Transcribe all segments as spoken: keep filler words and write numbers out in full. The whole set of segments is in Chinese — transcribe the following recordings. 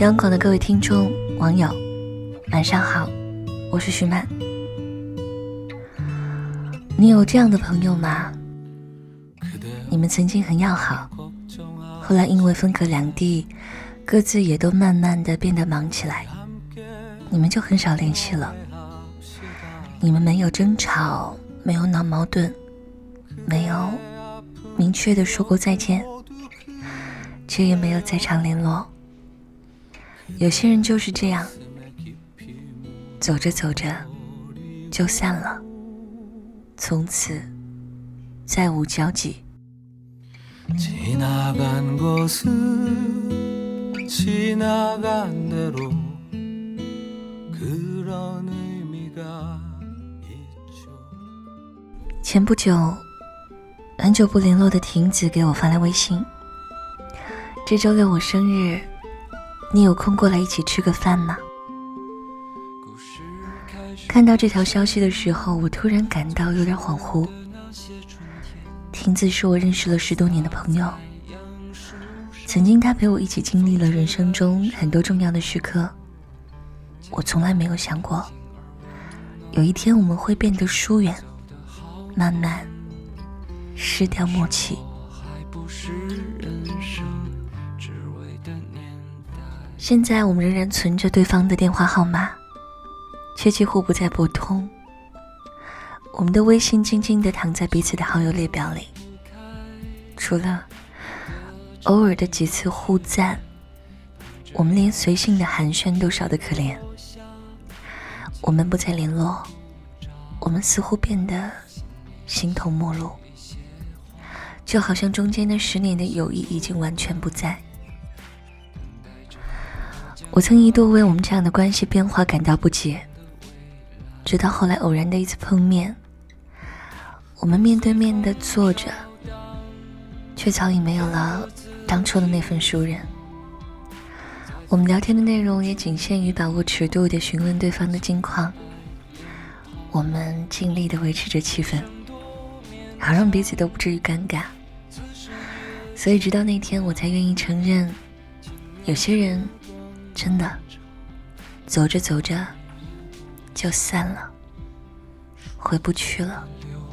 央广的各位听众网友晚上好，我是徐曼。你有这样的朋友吗？你们曾经很要好，后来因为分隔两地，各自也都慢慢的变得忙起来，你们就很少联系了。你们没有争吵，没有闹矛盾，没有明确的说过再见，却也没有再常联络。有些人就是这样，走着走着就散了，从此再无交集。前不久，很久不联络的婷子给我发来微信，这周六我生日，你有空过来一起吃个饭吗？看到这条消息的时候，我突然感到有点恍惚。婷子是我认识了十多年的朋友，曾经她陪我一起经历了人生中很多重要的时刻。我从来没有想过，有一天我们会变得疏远，慢慢失掉默契。现在我们仍然存着对方的电话号码，却几乎不再拨通。我们的微信静静地躺在彼此的好友列表里，除了偶尔的几次互赞，我们连随性的寒暄都少得可怜。我们不再联络，我们似乎变得形同陌路，就好像中间那十年的友谊已经完全不在。我曾一度为我们这样的关系变化感到不解，直到后来偶然的一次碰面，我们面对面地坐着，却早已没有了当初的那份熟人。我们聊天的内容也仅限于把握尺度地询问对方的近况，我们尽力地维持着气氛，好让彼此都不至于尴尬。所以直到那天我才愿意承认，有些人真的走着走着就散了，回不去了。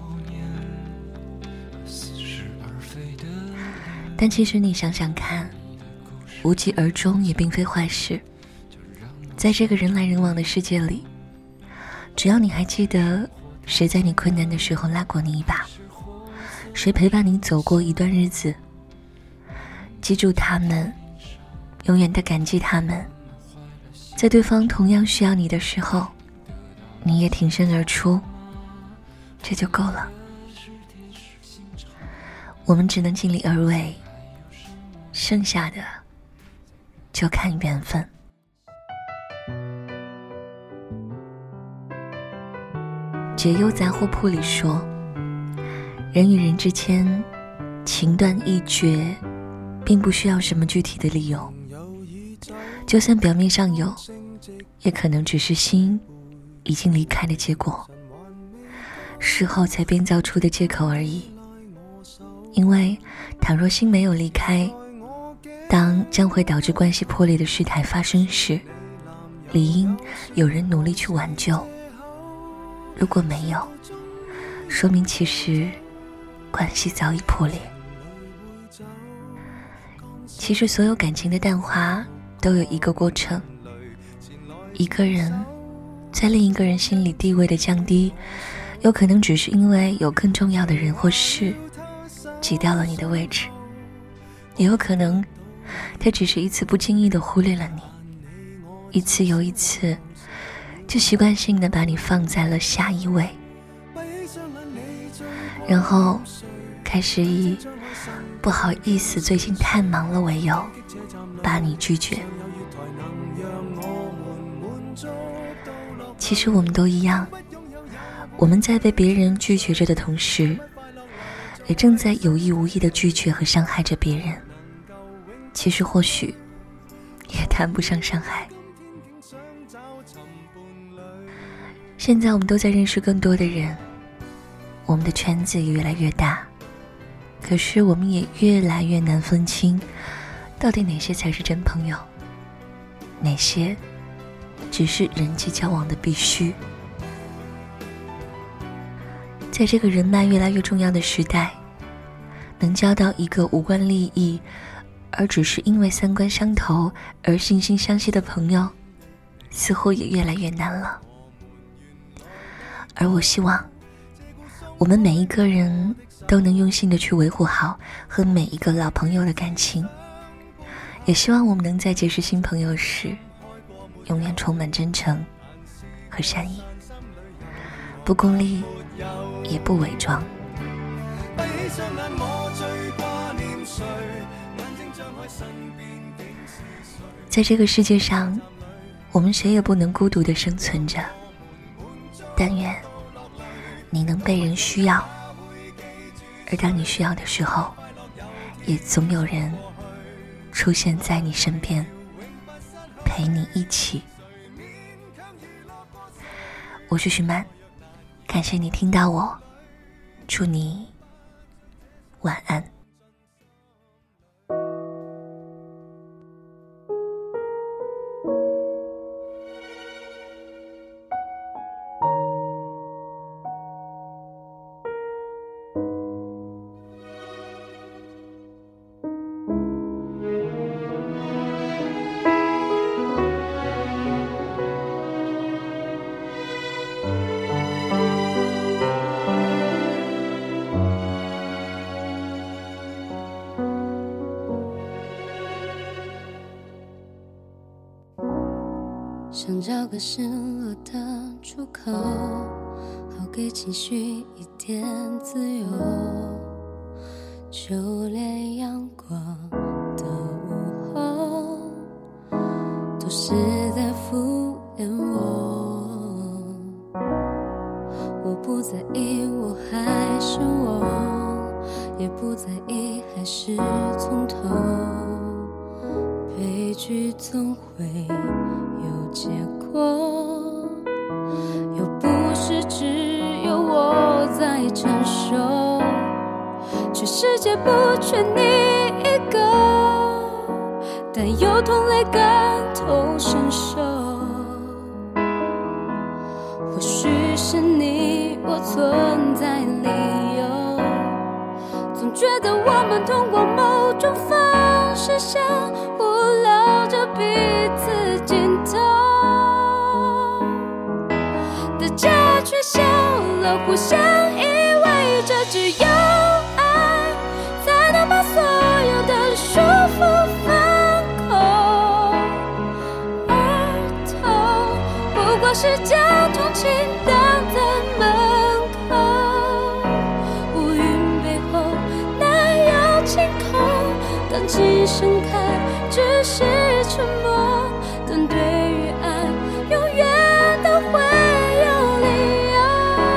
但其实你想想看，无疾而终也并非坏事。在这个人来人往的世界里，只要你还记得谁在你困难的时候拉过你一把，谁陪伴你走过一段日子，记住他们，永远的感激他们，在对方同样需要你的时候，你也挺身而出，这就够了。我们只能尽力而为，剩下的就看缘分。解忧杂货铺里说，人与人之间情断意绝并不需要什么具体的理由，就算表面上有，也可能只是心已经离开的结果，事后才编造出的借口而已。因为倘若心没有离开，当将会导致关系破裂的事态发生时，理应有人努力去挽救。如果没有，说明其实关系早已破裂。其实所有感情的淡化都有一个过程，一个人在另一个人心里地位的降低，有可能只是因为有更重要的人或事挤掉了你的位置，也有可能他只是一次不经意地忽略了你，一次又一次就习惯性地把你放在了下一位，然后开始以不好意思最近太忙了为由把你拒绝。其实我们都一样，我们在被别人拒绝着的同时，也正在有意无意地拒绝和伤害着别人。其实或许也谈不上伤害。现在我们都在认识更多的人，我们的圈子也越来越大，可是我们也越来越难分清到底哪些才是真朋友。 哪些只是人际交往的必须。在这个人脉越来越重要的时代，能交到一个无关利益而只是因为三观相投而惺惺相惜的朋友，似乎也越来越难了。而我希望我们每一个人都能用心的去维护好和每一个老朋友的感情，也希望我们能在结识新朋友时永远充满真诚和善意，不功利也不伪装。在这个世界上，我们谁也不能孤独地生存着，但愿你能被人需要，而当你需要的时候，也总有人出现在你身边，陪你一起。我是徐曼，感谢你听到我，祝你晚安。 想找个失落的出口，好给情绪一点自由，就连阳光的午后都是在敷衍我。我不在意我还是我，也不在意还是从头，悲剧总会有结果，又不是只有我在承受，全世界不缺你一个，但有同类感同身受。或许是你我存在理由，总觉得我们通过某种方式相互留着彼此尽头，大家却笑了，互相依偎着，只有爱才能把所有的束缚放空。而痛不过是将同情挡在门口，乌云背后哪有晴空，当气盛开只是沉默，但对于爱永远都会有理由。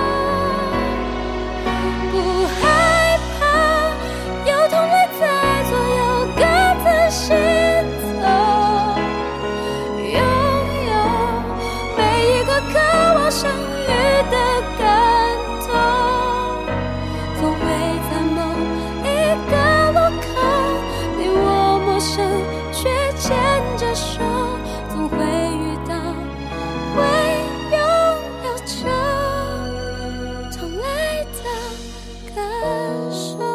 不害怕有同类在左右各自行走，拥有每一个渴望相遇的感动，总会在某一个路口，你我陌生却牵着手，总会遇到，会拥有着同类的感受。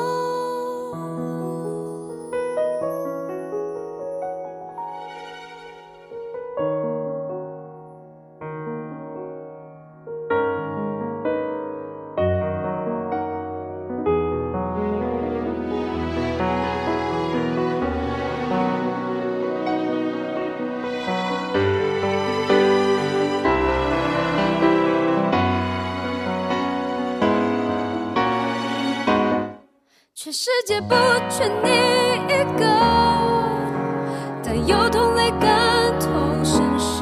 全世界不缺你一个，但有同类感同身受。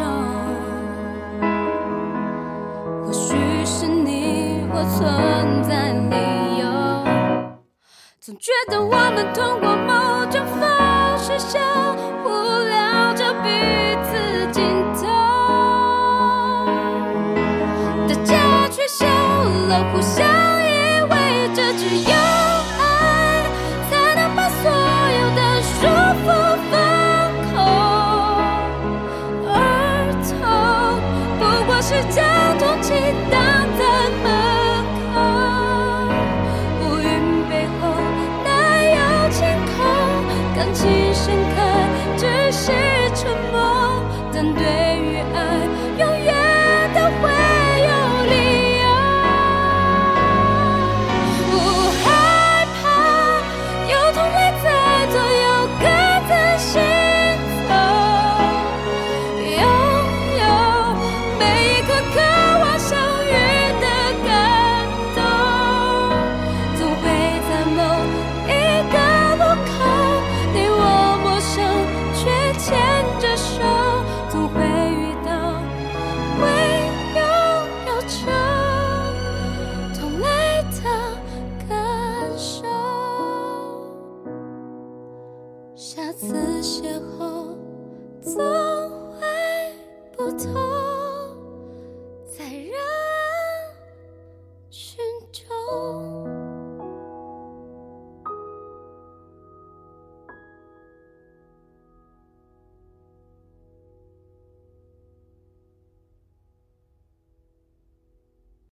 或许是你我存在理由，总觉得我们通过某种方式相互聊着彼此尽头，大家却笑了，互相依偎着，只有束缚放空。 感情盛开，只是沉默，但对于爱永远都会有理由。不害怕有同类在左右，各自行走，拥有每一刻渴望相遇的感动，总会在某一个路口，你我陌生却牵着手，总会遇到会拥有着同类的感受。下次邂逅总会不同。